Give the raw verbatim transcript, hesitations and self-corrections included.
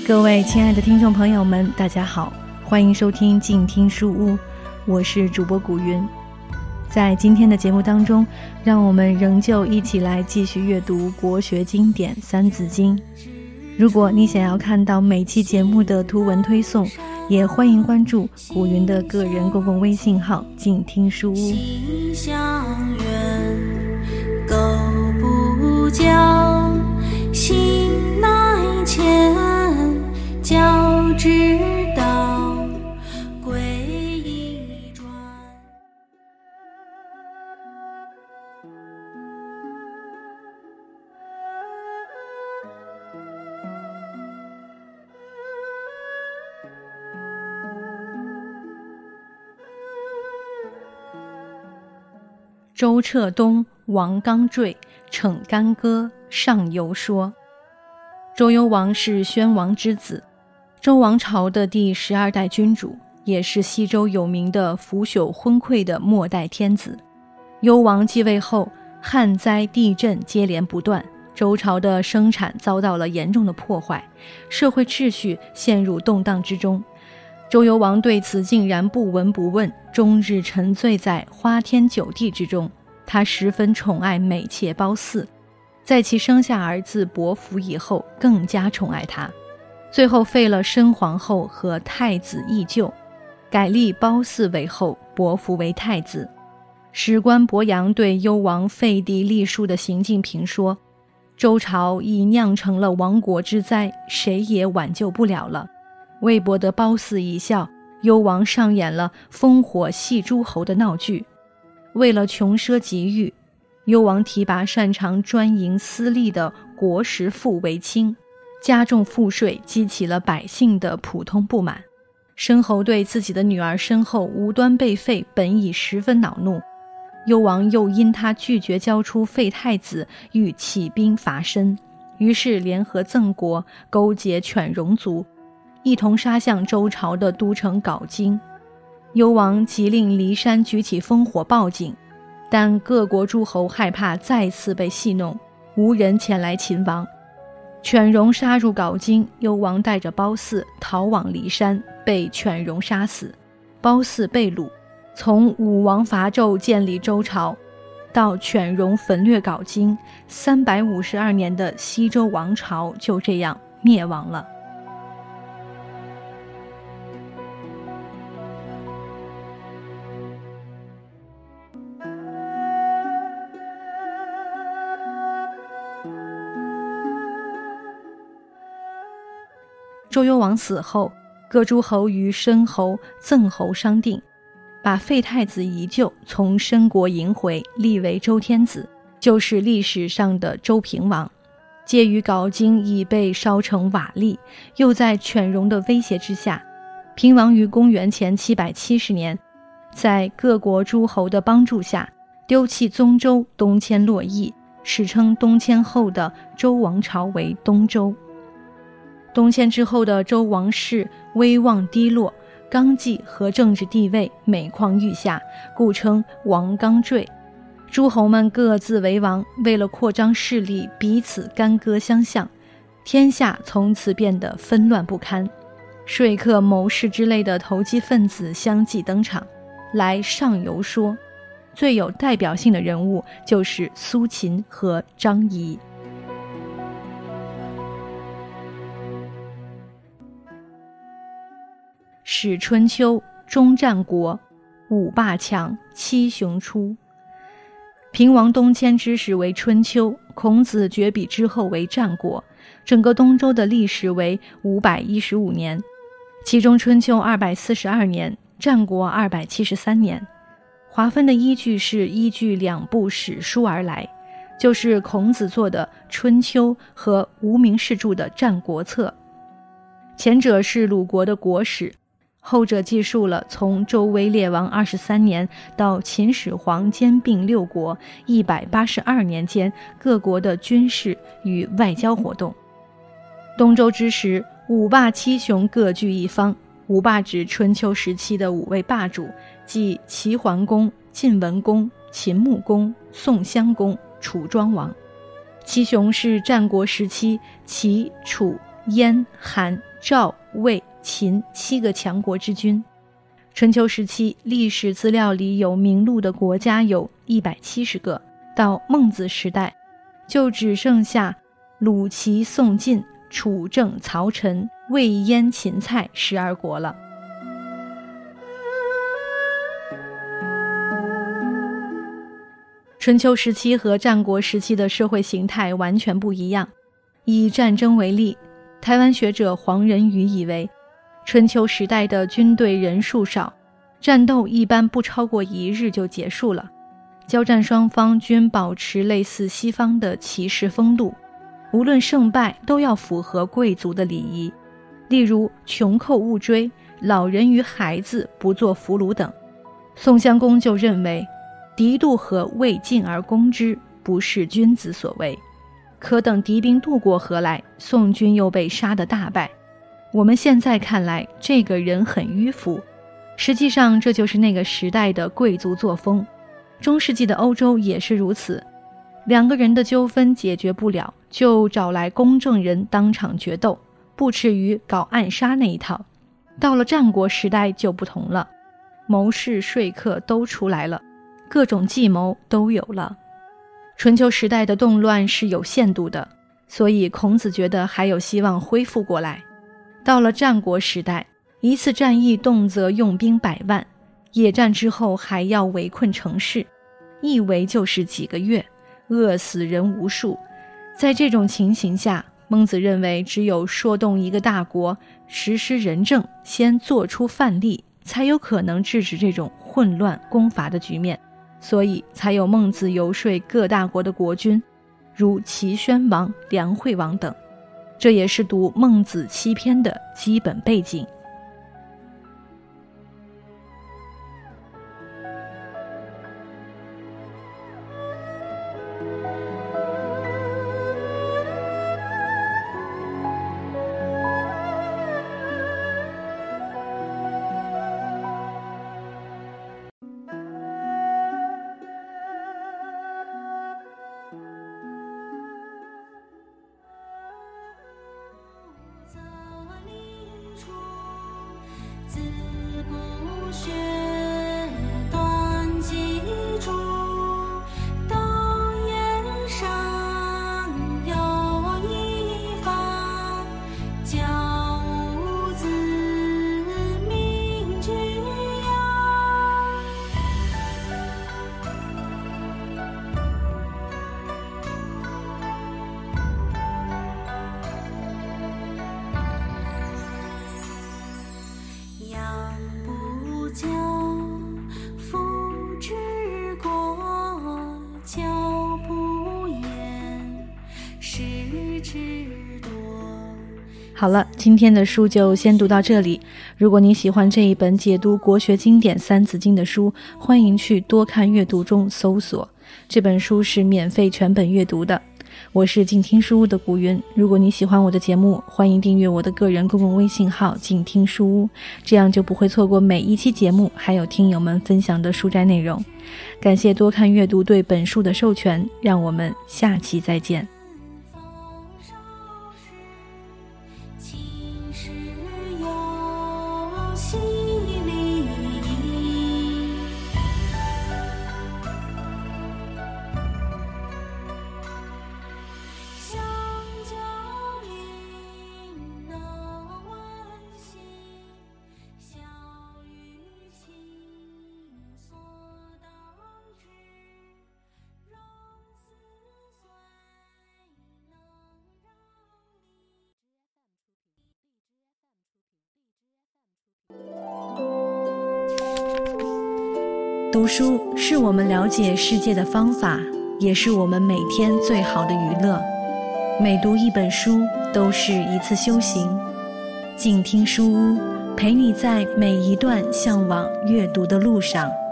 各位亲爱的听众朋友们，大家好，欢迎收听静听书屋，我是主播古云。在今天的节目当中，让我们仍旧一起来继续阅读国学经典《三字经》。如果你想要看到每期节目的图文推送，也欢迎关注古云的个人公共微信号静听书屋。 心相远，苟不教，心乃迁，教之道，贵以专。 周彻东、王纲坠，逞干戈，上游说。周幽王是宣王之子，周王朝的第十二代君主，也是西周有名的腐朽昏聩的末代天子。幽王继位后，旱灾地震接连不断，周朝的生产遭到了严重的破坏，社会秩序陷入动荡之中。周幽王对此竟然不闻不问，终日沉醉在花天酒地之中。他十分宠爱美妾褒姒，在其生下儿子伯服以后，更加宠爱他。最后废了申皇后和太子义舅，改立褒姒为后，伯服为太子。史官伯阳对幽王废帝立庶的行径评说：周朝已酿成了亡国之灾，谁也挽救不了了。为博得褒姒一笑，幽王上演了烽火戏诸侯的闹剧。为了穷奢极欲，幽王提拔擅长专营私利的国实父为卿，加重赋税，激起了百姓的普通不满。申侯对自己的女儿申后无端被废本已十分恼怒，幽王又因他拒绝交出废太子，欲起兵伐申，于是联合赠国，勾结犬戎族，一同杀向周朝的都城镐京。幽王急令骊山举起烽火报警，但各国诸侯害怕再次被戏弄，无人前来擒王。犬戎杀入镐京，幽王带着褒姒逃往骊山，被犬戎杀死。褒姒被掳，从武王伐纣建立周朝，到犬戎焚掠镐京，三百五十二年的西周王朝就这样灭亡了。周幽王死后，各诸侯与申侯、赠侯商定，把废太子宜臼从申国迎回，立为周天子，就是历史上的周平王。介于镐京已被烧成瓦砾，又在犬戎的威胁之下，平王于公元前七百七十年，在各国诸侯的帮助下，丢弃宗周，东迁洛邑，史称东迁后的周王朝为东周。东迁之后的周王室威望低落，纲纪和政治地位每况愈下，故称王纲坠。诸侯们各自为王，为了扩张势力，彼此干戈相向，天下从此变得纷乱不堪。说客、谋士之类的投机分子相继登场，来上游说。最有代表性的人物就是苏秦和张仪。始春秋，终战国，五霸强，七雄出。平王东迁之时为春秋，孔子绝笔之后为战国，整个东周的历史为五百一十五年，其中春秋二百四十二年，战国二百七十三年。划分的依据是依据两部史书而来，就是孔子做的《春秋》和无名氏著的《战国策》。前者是鲁国的国史，后者记述了从周威烈王二十三年到秦始皇兼并六国一百八十二年间各国的军事与外交活动。东周之时，五霸七雄各据一方。五霸指春秋时期的五位霸主，即齐桓公、晋文公、秦穆公、宋襄公、楚庄王。七雄是战国时期齐、楚、燕、韩、 赵、魏、秦七个强国之君。春秋时期历史资料里有名录的国家有一百七十个，到孟子时代就只剩下鲁、齐、宋、晋、楚、郑、曹、陈、魏、燕、秦、蔡十二国了。春秋时期和战国时期的社会形态完全不一样。以战争为例，台湾学者黄仁宇以为，春秋时代的军队人数少，战斗一般不超过一日就结束了。交战双方均保持类似西方的骑士风度，无论胜败都要符合贵族的礼仪，例如穷寇勿追，老人与孩子不做俘虏等。宋襄公就认为，敌渡河未进而攻之，不是君子所为。可等敌兵渡过河来，宋军又被杀得大败。我们现在看来，这个人很迂腐，实际上这就是那个时代的贵族作风。中世纪的欧洲也是如此，两个人的纠纷解决不了，就找来公证人当场决斗，不耻于搞暗杀那一套。到了战国时代就不同了，谋士说客都出来了，各种计谋都有了。春秋时代的动乱是有限度的，所以孔子觉得还有希望恢复过来。到了战国时代，一次战役动辄用兵百万，野战之后还要围困城市，一围就是几个月，饿死人无数。在这种情形下，孟子认为只有说动一个大国，实施仁政，先做出范例，才有可能制止这种混乱攻伐的局面。所以才有孟子游说各大国的国君，如齐宣王、梁惠王等。这也是读孟子七篇的基本背景。好了，今天的书就先读到这里。如果你喜欢这一本解读国学经典《三字经》的书，欢迎去多看阅读中搜索。这本书是免费全本阅读的。我是静听书屋的古云，如果你喜欢我的节目，欢迎订阅我的个人公共微信号静听书屋，这样就不会错过每一期节目，还有听友们分享的书斋内容。感谢多看阅读对本书的授权，让我们下期再见。读书是我们了解世界的方法，也是我们每天最好的娱乐。每读一本书都是一次修行。静听书屋，陪你在每一段向往阅读的路上。